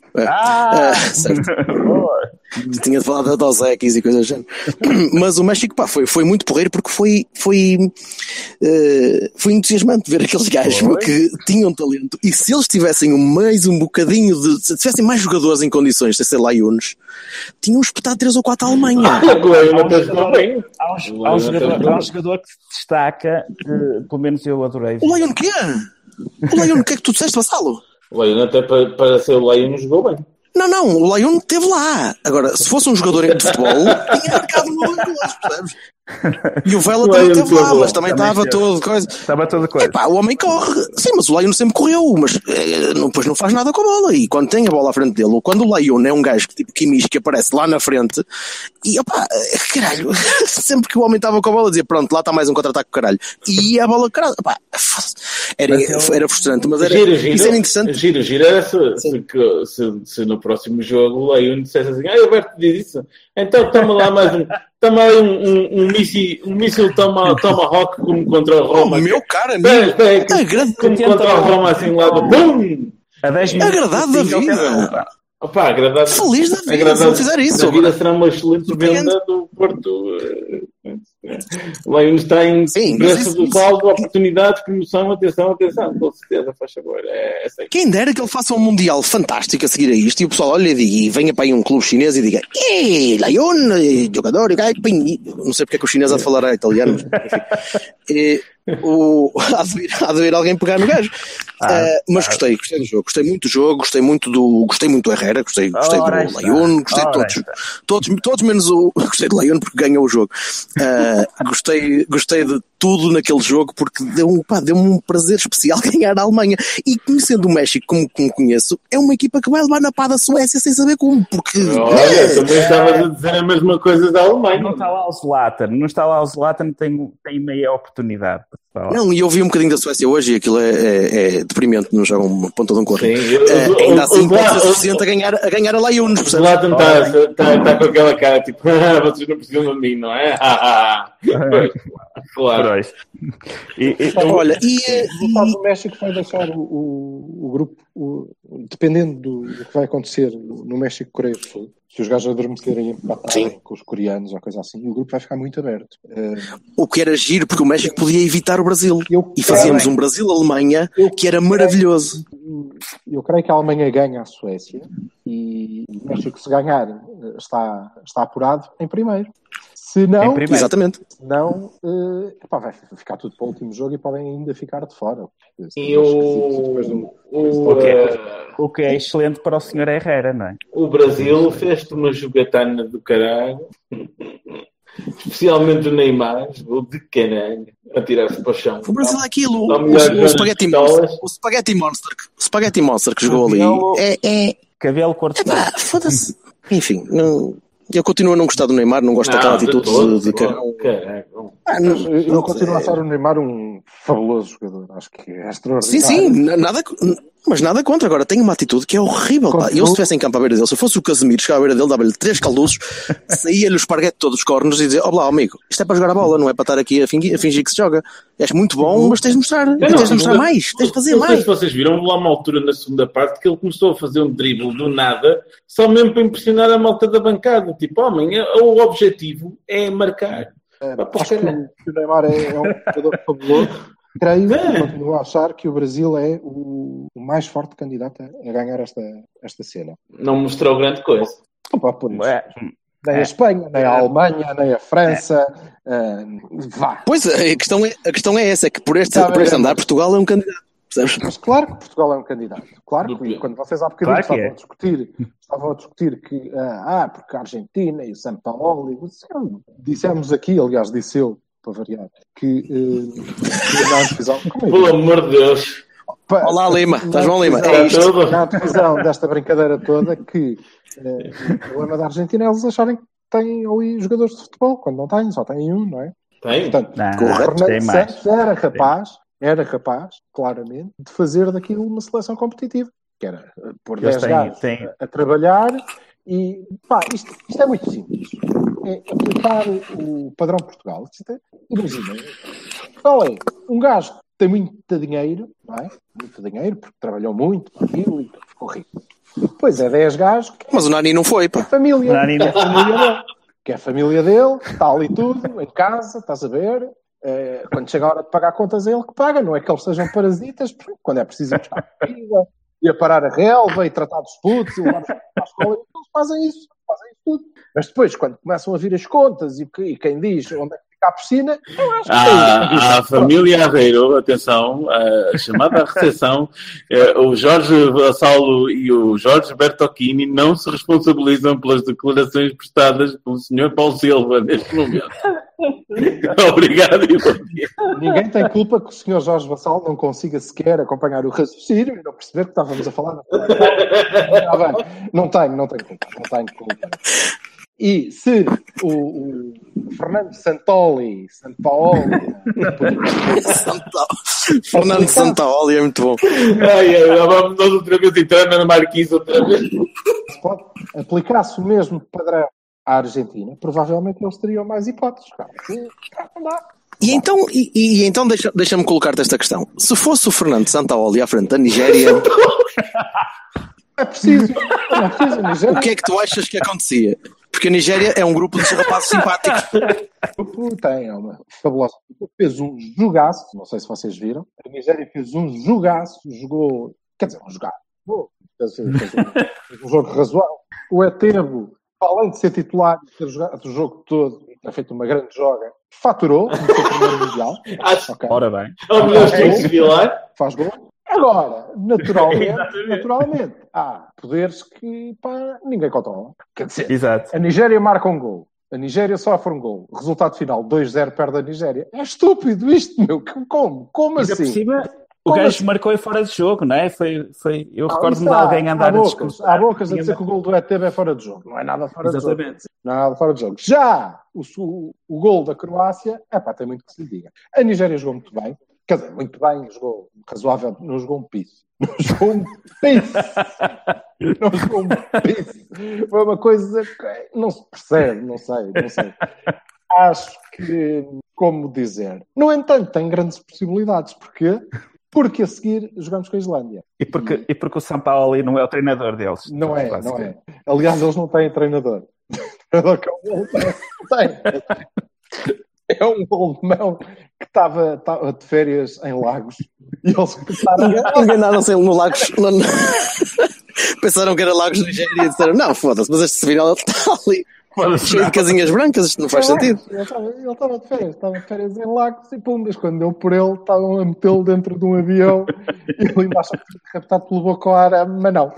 Speaker 3: Ah!
Speaker 5: ah certo. Tinha de falar da Dos Equis e coisas assim. Mas o México, pá, foi, foi muito porreiro porque foi, foi, uh, foi entusiasmante ver aqueles gajos foi? que tinham talento. E se eles tivessem mais um bocadinho de. Se tivessem mais jogadores em condições de ser Laiunes, tinham espetado três ou quatro à Alemanha.
Speaker 3: Há um jogador que se destaca, que, pelo menos eu adorei.
Speaker 5: O Laiun o quê? O Laiun o que é que tu disseste, Vassalo?
Speaker 2: O Laiun até para, para ser o Laiun jogou bem.
Speaker 5: Não, não, o Laiun esteve lá. Agora, se fosse um jogador de futebol, tinha marcado no banco, percebes? E o Vela também esteve lá, mas também estava todo coisa.
Speaker 3: Estava todo coisa.
Speaker 5: Epá, o homem corre. Sim, mas o Laiun sempre correu, mas é, depois não faz nada com a bola. E quando tem a bola à frente dele, ou quando o Laiun é um gajo que, tipo Kimmich, que aparece lá na frente, e opá, caralho, sempre que o homem estava com a bola, dizia pronto, lá está mais um contra-ataque, caralho. E a bola, caralho, opá, era, era frustrante, mas era,
Speaker 2: gira, gira,
Speaker 5: isso era interessante.
Speaker 2: Gira, gira, era se, se, se, se no próximo jogo o Laiun dissesse assim, ah, Alberto diz isso, então toma lá mais um. Também um, um, um míssil, um míssil toma, Tomahawk como contra o Roma.
Speaker 5: O meu cara,
Speaker 2: meu. É, é, como contra o Roma, assim, lá do BUM!
Speaker 5: Agradado da vida.
Speaker 2: Opa, agradado.
Speaker 5: Feliz da vida, se não fizer isso.
Speaker 2: A vida será uma excelente venda do Porto. O Laiun está em preço do saldo, oportunidades, promoção, atenção, atenção, com certeza, faz favor. É, é assim.
Speaker 5: Quem dera que ele faça um mundial fantástico a seguir a isto e o pessoal olha e, diga, e venha para aí um clube chinês e diga Ei, Laiun, jogador, não sei porque é que o chinês há de falar a italiano, mas enfim. E, o, há, de vir, há de vir alguém pegar no gajo. Ah, uh, mas ah, gostei, gostei do jogo, gostei muito do jogo, gostei muito do, gostei muito do Herrera, gostei, gostei do Laiun, gostei de todos, todos, todos menos o, gostei do Laiun porque ganhou o jogo. Uh, gostei, gostei de tudo naquele jogo porque deu, pá, deu-me um prazer especial ganhar a Alemanha. E conhecendo o México como, como conheço, é uma equipa que vai levar na pá da Suécia sem saber como, porque...
Speaker 2: Olha, é, também estavas a dizer a mesma coisa da Alemanha.
Speaker 3: Não está lá o Zlatan, não está lá o Zlatan, tem, tem meia oportunidade.
Speaker 5: Não, e eu vi um bocadinho da Suécia hoje e aquilo é, é, é deprimente, não jogam uma ponta de um corpo.
Speaker 2: Sim, eu,
Speaker 5: é,
Speaker 2: eu,
Speaker 5: ainda
Speaker 2: eu,
Speaker 5: assim
Speaker 2: eu,
Speaker 5: pode ser
Speaker 2: eu,
Speaker 5: suficiente a ganhar, a ganhar a Lyon.
Speaker 2: O Zlatan está tá, tá com aquela cara tipo, vocês não precisam de mim, não é? Pois, claro.
Speaker 3: E, e,
Speaker 5: Olha, e,
Speaker 4: o resultado do México vai deixar o, o, o grupo, o, dependendo do, do que vai acontecer no México-Coreia do Sul, se os gajos adormecerem e empatarem com os coreanos ou coisa assim, o grupo vai ficar muito aberto. Uh,
Speaker 5: o que era giro, porque o México podia evitar o Brasil.
Speaker 4: Eu
Speaker 5: e fazíamos um Brasil-Alemanha que era maravilhoso.
Speaker 4: Eu creio que a Alemanha ganha a Suécia e o México, se ganhar, está, está apurado em primeiro. Se não,
Speaker 5: exatamente.
Speaker 4: Se não uh, epá, vai ficar tudo para o último jogo e podem ainda ficar de fora.
Speaker 2: E o...
Speaker 4: Do,
Speaker 3: o, o, que é, o que é excelente para o senhor Herrera, não é?
Speaker 2: O Brasil fez-te uma jogatana do caralho. Especialmente o Neymar, jogou de caralho a tirar-se para o chão.
Speaker 5: O Brasil é aquilo, o, o, o, Spaghetti Monster, o Spaghetti Monster, o Spaghetti Monster que jogou ali é, é...
Speaker 3: cabelo corto.
Speaker 5: Epá, foda-se. Enfim, não... eu continuo a não gostar do Neymar, não gosto não, daquela atitude de, de, de caralho.
Speaker 4: Ah, não, eu continuo é... a achar o Neymar um fabuloso jogador, acho que é extraordinário.
Speaker 5: Sim, sim, nada... Mas nada contra, agora tem uma atitude que é horrível. Pá. Eu, se estivesse em campo à beira dele, se eu fosse o Casemiro, chegava à beira dele, dava-lhe três calduços, saía-lhe o esparguete todos os cornos e dizia: ó lá, amigo, isto é para jogar a bola, não é para estar aqui a fingir, a fingir que se joga. És muito bom, mas tens de mostrar, não, tens de mostrar não, mais, tens de fazer
Speaker 2: não
Speaker 5: mais.
Speaker 2: Não sei se vocês viram, lá uma altura na segunda parte que ele começou a fazer um drible do nada, só mesmo para impressionar a malta da bancada. Tipo, homem, o objetivo é marcar.
Speaker 4: É, acho que o Neymar é, é um jogador fabuloso. Creio, é. continuo a achar que o Brasil é o, o mais forte candidato a, a ganhar esta, esta cena.
Speaker 2: Não mostrou grande coisa.
Speaker 4: Opa, por isso. É. Nem a Espanha, nem a Alemanha, nem a França. É. Uh, vá.
Speaker 5: Pois, a questão, é, a questão é essa, é que por este, por este andar Portugal é um candidato. Percebes?
Speaker 4: Mas claro que Portugal é um candidato. Claro que quando vocês há bocadinho claro estavam, é. a discutir, estavam a discutir que, ah, porque a Argentina e o São Paulo, dissemos aqui, aliás, disse eu, para variar, que uh, na antevisão...
Speaker 2: Pelo amor de Deus!
Speaker 5: Pa, Olá, Lima! Estás bom, Lima?
Speaker 4: É isto. Na antevisão desta brincadeira toda, que uh, o problema da Argentina é eles acharem que têm ali jogadores de futebol, quando não têm, só têm um, não é?
Speaker 2: Tem.
Speaker 4: Portanto,
Speaker 3: não,
Speaker 4: o Fernando Santos era capaz, era capaz, claramente, de fazer daquilo uma seleção competitiva, que era pôr dez gajos a, a trabalhar e, pá, isto, isto é muito simples. É aplicar o padrão Portugal. Imagina, qual é? Um gajo que tem muito dinheiro, não é? Muito dinheiro, porque trabalhou muito para aquilo e ficou rico. E depois é dez gajos que...
Speaker 5: Mas o Nani não foi, pá.
Speaker 4: É a família, Nani não... é a família dele. Que é a família dele, está ali tudo, em casa, estás a ver? É, quando chega a hora de pagar contas é ele que paga, não é que eles sejam parasitas, porque quando é preciso ir buscar comida, e a parar a relva, e tratar dos putos, e levar para a escola, eles fazem isso. Fazem isso tudo. Mas depois, quando começam a vir as contas e, e quem diz onde é que fica a piscina, eu acho que
Speaker 2: ah, a família Aveiro, atenção, a chamada à recepção, o Jorge Vassalo e o Jorge Bertocchini não se responsabilizam pelas declarações prestadas pelo senhor Paulo Silva neste momento. Obrigado e bom dia.
Speaker 4: Ninguém tem culpa que o senhor Jorge Vassalo não consiga sequer acompanhar o raciocínio e não perceber que estávamos a falar. Não tenho, não tenho culpa. Não tenho culpa. E se o, o Fernando Santoli, Sampaoli,
Speaker 5: Fernando Santaoli é muito bom.
Speaker 2: Ai, ai, vamos nós outra vez entrar na Marquise outra vez.
Speaker 4: Se pode aplicar-se o mesmo padrão à Argentina, provavelmente eles teriam mais hipóteses. Cara. E,
Speaker 5: e então, e, e então deixa, deixa-me colocar-te esta questão. Se fosse o Fernando Santaoli à frente da Nigéria...
Speaker 4: É preciso, é preciso Nigéria...
Speaker 5: O que é que tu achas que acontecia? Porque a Nigéria é um grupo de rapazes simpáticos.
Speaker 4: Tem, é uma fabulosa. Fez um jogaço, não sei se vocês viram. A Nigéria fez um jogaço, jogou, quer dizer, um jogaço. Fez, fez, fez um, um jogo razoável. O Etebo, além de ser titular e ter jogado o jogo todo e ter feito uma grande joga, faturou no seu primeiro mundial.
Speaker 3: Okay. Ora bem.
Speaker 4: Faz gol. Agora, naturalmente, naturalmente, há poderes que pá, ninguém controla. Quer dizer,
Speaker 3: exato.
Speaker 4: A Nigéria marca um gol. A Nigéria sofre um gol. Resultado final, dois zero perde a Nigéria. É estúpido isto, meu. Como? Como assim?
Speaker 3: Por cima, o gajo marcou em fora de jogo, não é? Foi, foi, eu
Speaker 4: não,
Speaker 3: recordo-me de alguém andar
Speaker 4: há
Speaker 3: a
Speaker 4: bocas,
Speaker 3: discursar.
Speaker 4: há bocas a dizer que o gol do E T B é fora de jogo. Não é nada fora
Speaker 3: Exatamente.
Speaker 4: de jogo. Não é nada fora de jogo. Já o, o, o gol da Croácia, é pá, tem muito que se lhe diga. A Nigéria jogou muito bem. Quer dizer, muito bem, jogou razoável, não jogou um piso. Não jogou um piso. Não jogou um piso. Foi uma coisa que não se percebe, não sei, não sei. Acho que, como dizer... No entanto, tem grandes possibilidades. Porquê? Porque a seguir jogamos com a Islândia.
Speaker 3: E porque, e... e porque o São Paulo ali não é o treinador deles.
Speaker 4: Não é, não é. Aliás, eles não têm treinador. O treinador que eu tem. É um goldmão que estava, estava de férias em Lagos e eles começaram
Speaker 5: a... Enganaram-se no Lagos. No... Pensaram que era Lagos de Nigéria e disseram, não, foda-se, mas este Sevilhal está ali cheio de casinhas brancas, isto não faz sentido.
Speaker 4: Ele estava, ele estava de férias, estava de férias em Lagos e pum, mas quando deu por ele, estavam a metê-lo dentro de um avião e ele ainda achou que tinha raptado pelo Boko Haram, mas não.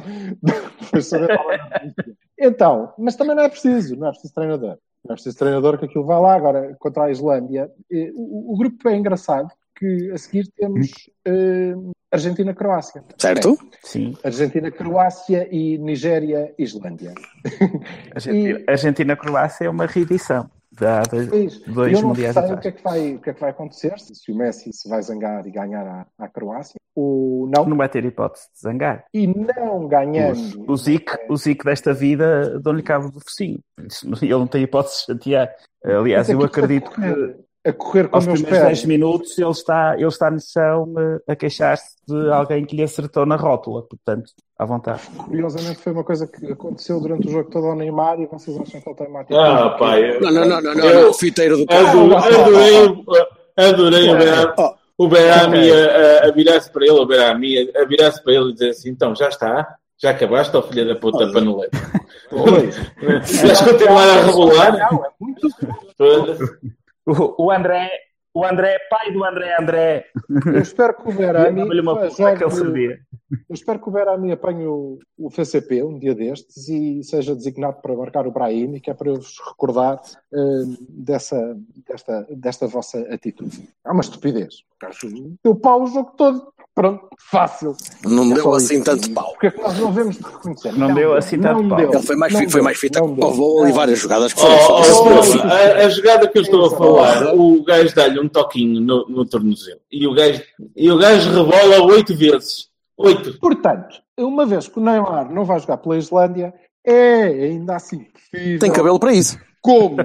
Speaker 4: Então, mas também não é preciso, não é preciso treinador. Não é preciso treinador que aquilo vai lá. Agora, contra a Islândia, o, o grupo é engraçado, que a seguir temos uh, Argentina-Croácia.
Speaker 5: Certo?
Speaker 4: É.
Speaker 3: Sim.
Speaker 4: Argentina-Croácia e Nigéria-Islândia.
Speaker 3: Argentina-Croácia é uma reedição da dois, dois
Speaker 4: eu
Speaker 3: mundiais
Speaker 4: não sei
Speaker 3: atrás.
Speaker 4: O que, é que vai, o que é que vai acontecer, se, se o Messi se vai zangar e ganhar à, à Croácia, ou não.
Speaker 3: Não vai ter hipótese de zangar.
Speaker 4: E não ganhando...
Speaker 3: O, o, Zico, é... o Zico desta vida dão-lhe cabo do focinho. Ele não tem hipótese de chatear. Aliás, eu acredito que...
Speaker 4: A correr com
Speaker 3: aos primeiros dez minutos ele está, ele está no chão a queixar-se de alguém que lhe acertou na rótula, portanto, à vontade.
Speaker 4: Curiosamente foi uma coisa que aconteceu durante o jogo todo ao Neymar e vocês acham que ele tem uma atitude?
Speaker 2: Ah, pá, eu...
Speaker 5: Não, não, não, não, não, não, o fiteiro do
Speaker 2: carro. Adorei, adorei o Berami, o Berami a, a virar-se para ele, o Berami a virar-se para ele e dizer assim, então, já está? Já acabaste, ó filha da puta paneleta? Vais continuar a rebolar?
Speaker 4: Não, é muito...
Speaker 3: O, o André, o André, pai do André André.
Speaker 4: Eu espero que o Berami
Speaker 3: jogue...
Speaker 4: Eu espero que o Berami apanhe o, o F C P um dia destes e seja designado para marcar o Brahim, que é para eu vos recordar uh, dessa, desta, desta vossa atitude. É uma estupidez. Deu pau o jogo todo. Pronto, fácil.
Speaker 5: Não
Speaker 4: é
Speaker 5: deu assim tanto pau.
Speaker 4: Porque é que nós não devemos reconhecer?
Speaker 3: Não, não deu assim tanto
Speaker 4: não
Speaker 3: pau.
Speaker 4: Deu.
Speaker 5: Ele foi mais,
Speaker 4: não
Speaker 5: foi mais fita que o voo e várias jogadas que
Speaker 2: foram. Oh,
Speaker 5: oh,
Speaker 2: oh, a, a jogada que eu estou a falar, o gajo dá-lhe um toquinho no, no tornozelo e o gajo, e o gajo rebola oito vezes. Oito.
Speaker 4: Portanto, uma vez que o Neymar não vai jogar pela Islândia, é ainda assim possível.
Speaker 5: Tem cabelo para isso.
Speaker 4: Como?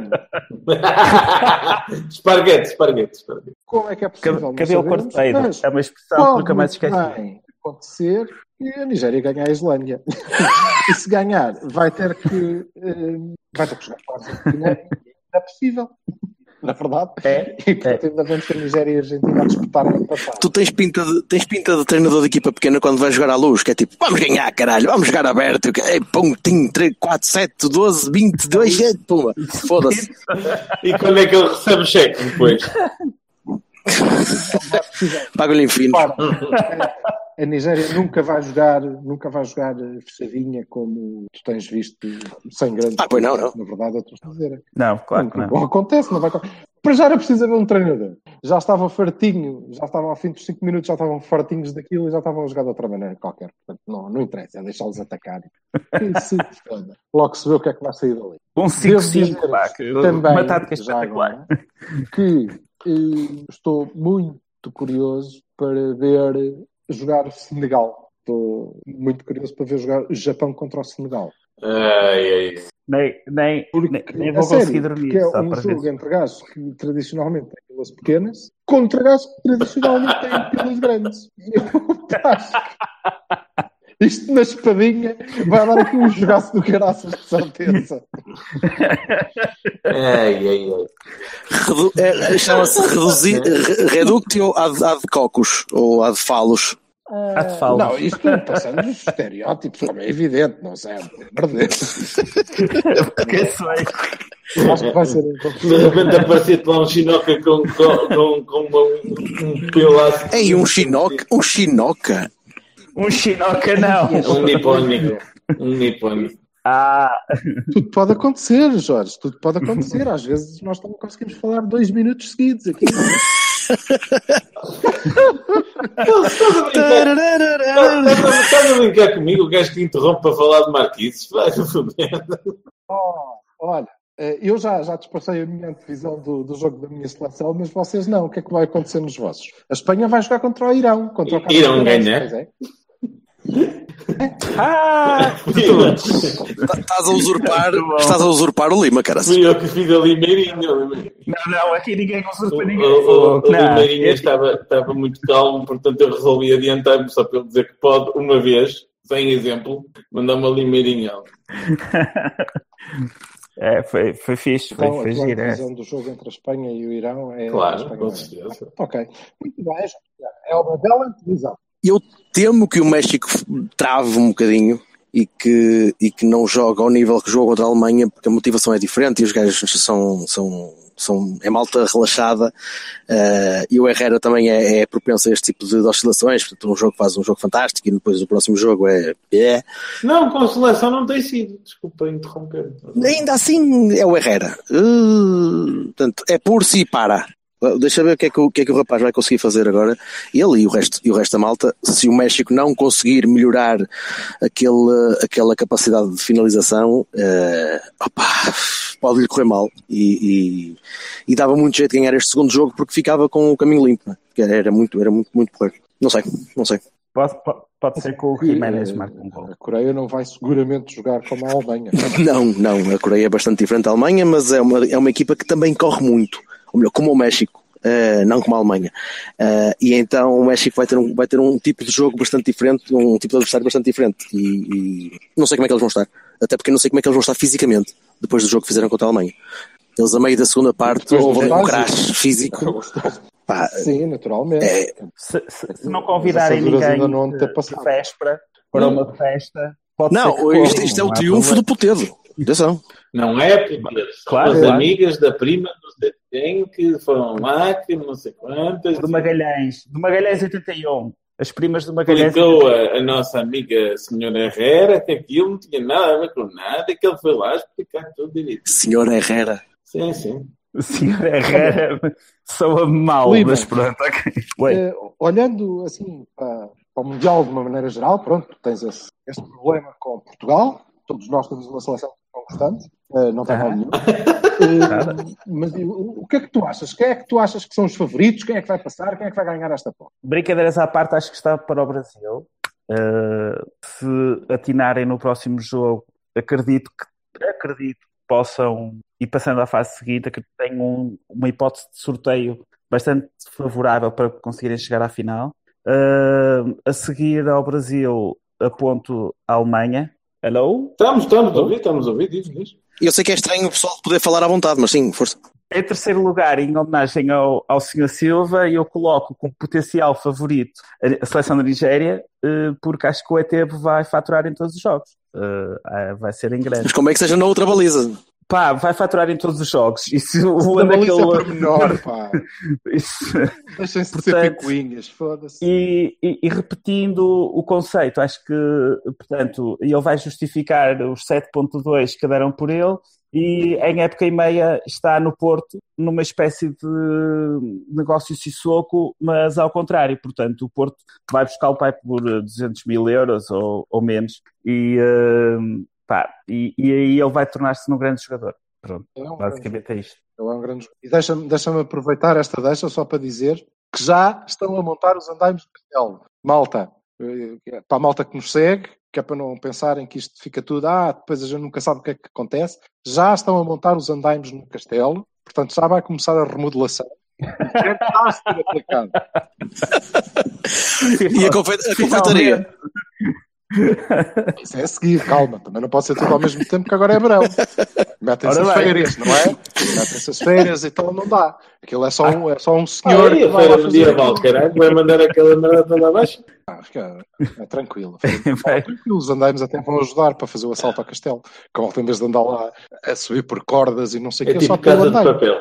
Speaker 2: Esparguete, esparguete, esparguete.
Speaker 4: Como é que é possível?
Speaker 3: Cabelo corteiro. É uma expressão que nunca mais esqueci.
Speaker 4: Vai acontecer que a Nigéria ganhe a Islândia. E se ganhar, vai ter que, uh, vai ter que jogar com a Argentina. É possível. Na verdade,
Speaker 3: é,
Speaker 4: e portanto
Speaker 3: é.
Speaker 4: ainda vemos que a Nigéria e a Argentina a disputarem no passado.
Speaker 5: Tu tens pinta, de, tens pinta de treinador de equipa pequena quando vais jogar à luz, que é tipo, vamos ganhar, caralho, vamos jogar aberto, que é pum, tim, três, quatro, sete, doze, vinte, dois, sete, puma, foda-se.
Speaker 2: E quando é que ele recebe o cheque depois?
Speaker 5: Paga-lhe infinito.
Speaker 4: A Nigéria nunca vai jogar, nunca vai jogar fechadinha como tu tens visto sem grandes.
Speaker 5: Ah, pois não, não.
Speaker 4: Na verdade, outros dizer.
Speaker 3: Não, claro que não.
Speaker 4: Não acontece, não vai acontecer. Para já era preciso haver um treinador. Já estava fartinho, já estavam ao fim dos cinco minutos, já estavam fartinhos daquilo e já estavam a jogar de outra maneira qualquer. Portanto, não, não interessa, é deixá-los atacar. Se logo se vê o que é que vai sair dali.
Speaker 3: Um cinco cinco, uma tática espetacular.
Speaker 4: Que eh, estou muito curioso para ver jogar o Senegal. Estou muito curioso para ver jogar o Japão contra o Senegal.
Speaker 2: Ai, ai.
Speaker 3: Nem, nem,
Speaker 4: porque,
Speaker 3: nem vou conseguir
Speaker 4: sério,
Speaker 3: dormir.
Speaker 4: Porque é um jogo entre gajos que tradicionalmente têm pilas pequenas contra gajos que tradicionalmente têm pilas grandes. Isto na espadinha vai dar aqui um jogaço do caraças, de certeza.
Speaker 2: Ai, ai, ai.
Speaker 5: Redu- é, chama-se reduzir, reductio ad, ad cocos ou ad falos.
Speaker 4: Uh, não, isto não passando dos estereótipos, como é evidente, não sei.
Speaker 3: Que sei.
Speaker 4: Acho que vai ser.
Speaker 2: De repente aparecer-te lá um chinoca com, com, com, com um, um pilaço.
Speaker 5: Ei, um chinoca? Um chinoca?
Speaker 3: Um chinoca não.
Speaker 2: Um nipónico. Um nipónico.
Speaker 3: Ah.
Speaker 4: Tudo pode acontecer, Jorge. Tudo pode acontecer. Às vezes nós não conseguimos falar dois minutos seguidos aqui.
Speaker 2: Estás a brincar? Estás a brincar comigo? O gajo que interrompe para falar de Marquises? Vai foder.
Speaker 4: Oh, olha, eu já, já despachei a minha antevisão do, do jogo da minha seleção, mas vocês não. O que é que vai acontecer nos vossos? A Espanha vai jogar contra o Irão. Contra o
Speaker 2: Irão ganha.
Speaker 4: É.
Speaker 3: Ah!
Speaker 5: Estás a usurpar, estás a usurpar o Lima, cara.
Speaker 2: Fui eu que fiz a Limeirinha.
Speaker 3: Não, não, aqui ninguém usurpa ninguém.
Speaker 2: O, o, o Limeirinha estava, estava muito calmo, portanto eu resolvi adiantar-me só para ele dizer que pode, uma vez, sem exemplo, mandar uma Limeirinha.
Speaker 3: É, foi, foi fixe, foi,
Speaker 4: então,
Speaker 3: foi
Speaker 4: a
Speaker 3: giro.
Speaker 4: A
Speaker 3: é.
Speaker 4: visão do jogo entre a Espanha e o Irão é...
Speaker 2: Claro,
Speaker 4: Espanha,
Speaker 2: com certeza.
Speaker 4: Ok, muito bem. É uma bela antevisão.
Speaker 5: Eu temo que o México trave um bocadinho e que, e que não joga ao nível que joga contra a Alemanha, porque a motivação é diferente e os gajos são, são, são é malta relaxada, uh, e o Herrera também é, é propenso a este tipo de oscilações. Portanto, um jogo faz um jogo fantástico e depois o próximo jogo é... é.
Speaker 2: Não, com a seleção não tem sido. Desculpa interromper.
Speaker 5: Ainda assim é o Herrera. Uh, portanto, é por si para. Deixa ver o que, é que, o, o que é que o rapaz vai conseguir fazer agora. Ele e o resto, e o resto da malta, se o México não conseguir melhorar aquele, aquela capacidade de finalização, uh, opa, pode-lhe correr mal. E, e, e dava muito jeito de ganhar este segundo jogo porque ficava com o caminho limpo. Né? Era muito, era muito, muito porreiro. Não sei, não sei.
Speaker 3: Pode, pode, pode ser que o Jiménez marque um gol.
Speaker 4: A Coreia não vai seguramente jogar como a Alemanha.
Speaker 5: Não, não. A Coreia é bastante diferente da Alemanha, mas é uma, é uma equipa que também corre muito. Ou melhor, como o México, uh, não como a Alemanha. Uh, e então o México vai ter, um, vai ter um tipo de jogo bastante diferente, um tipo de adversário bastante diferente. E, e não sei como é que eles vão estar. Até porque não sei como é que eles vão estar fisicamente, depois do jogo que fizeram contra a Alemanha. Eles, a meio da segunda parte, houve um crash físico. Pá,
Speaker 4: sim, naturalmente.
Speaker 5: É...
Speaker 3: Se, se, se não convidarem ninguém de, de véspera para
Speaker 2: não.
Speaker 3: uma festa, pode
Speaker 5: não,
Speaker 3: ser que
Speaker 5: isto, isto é o triunfo do Potedo. Atenção.
Speaker 2: Não é porque
Speaker 3: claro,
Speaker 2: as
Speaker 3: claro.
Speaker 2: amigas da prima não sei quem que foram lá, que não sei quantas.
Speaker 3: Do Magalhães, do Magalhães oitenta e um. As primas do Magalhães.
Speaker 2: Explicou a, a nossa amiga senhora Herrera que aquilo não tinha nada a ver com nada e que ele foi lá explicar tudo direito.
Speaker 5: Senhora Herrera.
Speaker 2: Sim, sim.
Speaker 3: O senhor Herrera soa mal,
Speaker 4: Lima,
Speaker 3: mas pronto, ok.
Speaker 4: Eh, olhando assim para, para o Mundial de uma maneira geral, pronto, tens esse, este problema com Portugal. Todos nós temos uma seleção constante, uh, não tem mal nenhum. Uh, mas o, o que é que tu achas? Quem é que tu achas que são os favoritos? Quem é que vai passar? Quem é que vai ganhar esta prova?
Speaker 3: Brincadeiras à parte, acho que está para o Brasil. Uh, se atinarem no próximo jogo, acredito que, acredito que possam ir passando à fase seguinte, que tenham um, uma hipótese de sorteio bastante favorável para conseguirem chegar à final. Uh, a seguir ao Brasil, aponto a Alemanha. Hello?
Speaker 2: Estamos, estamos a ouvir, estamos a ouvir, diz, diz.
Speaker 5: Eu sei que é estranho o pessoal poder falar à vontade, mas sim, força.
Speaker 3: Em terceiro lugar, em homenagem ao, ao senhor Silva, eu coloco como potencial favorito a seleção da Nigéria, uh, porque acho que o Etebo vai faturar em todos os jogos. Uh, vai ser em grande.
Speaker 5: Mas como é que seja na outra baliza?
Speaker 3: Pá, vai faturar em todos os jogos. Isso,
Speaker 4: o
Speaker 3: anda
Speaker 4: aquele...
Speaker 3: aquele...
Speaker 4: é menor, pá.
Speaker 3: Isso...
Speaker 4: Deixem-se de ser picuinhas, foda-se.
Speaker 3: E, e, e repetindo o conceito, acho que, portanto, ele vai justificar os sete vírgula dois que deram por ele e em época e meia está no Porto numa espécie de negócio Sissoko, mas ao contrário. Portanto, o Porto vai buscar o pai por duzentos mil euros ou, ou menos e... Uh... Pá, e, e aí ele vai tornar-se num grande jogador. Pronto, é um basicamente grande, é isto.
Speaker 4: É um grande jogador. E deixa-me, deixa-me aproveitar esta deixa só para dizer que já estão a montar os andaimes do castelo. Malta, para a malta que nos segue, que é para não pensarem que isto fica tudo, ah, depois a gente nunca sabe o que é que acontece, já estão a montar os andaimes no castelo, portanto já vai começar a remodelação. Está a ser aplicado.
Speaker 5: E a, confe- a confeitaria?
Speaker 4: Isso é a seguir, calma, também não pode ser tudo ao mesmo tempo que agora é verão. Metem-se as férias, não é? Metem-se as férias, então não dá. Aquilo é só um, é só um senhor.
Speaker 2: Ah, que vai lá fazer aquilo. Caralho, vai mandar aquela merda toda abaixo.
Speaker 4: Ah, fica, é tranquilo. É tranquilo. Os andaimes até vão ajudar para fazer o assalto ao castelo. Com em vez de andar lá a subir por cordas e não sei o
Speaker 2: é
Speaker 4: que,
Speaker 2: tipo
Speaker 4: é só
Speaker 2: casa
Speaker 4: pelo
Speaker 2: de papel.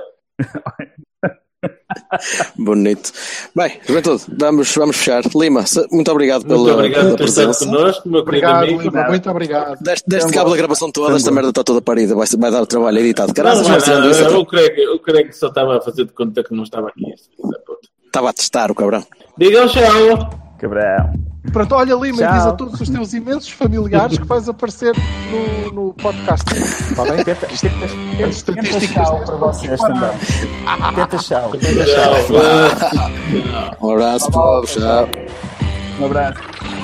Speaker 5: Bonito. Bem, juventude, vamos, vamos fechar. Lima, muito obrigado pela,
Speaker 2: muito obrigado
Speaker 5: pela
Speaker 2: por estar connosco, meu
Speaker 4: obrigado,
Speaker 2: querido amigo.
Speaker 4: Lima, muito obrigado.
Speaker 5: Deste, deste cabo da gravação toda, esta merda está toda parida, vai, vai dar trabalho editado.
Speaker 2: Não, não, não, não, eu, creio que, eu creio que só estava a fazer de conta que não estava aqui.
Speaker 5: Estava a testar o cabrão.
Speaker 2: Digam tchau.
Speaker 3: Cabrão.
Speaker 4: Pronto, olha, Lima,
Speaker 3: Tchau.
Speaker 4: e diz a todos os teus imensos familiares que vais aparecer no, no podcast. Está bem?
Speaker 3: Tenta, tenta, tenta, tenta tchau para vocês também. Tenta tchau. Tenta
Speaker 2: Tchau.
Speaker 3: tchau.
Speaker 5: Um abraço, povo. Tchau.
Speaker 3: Um abraço.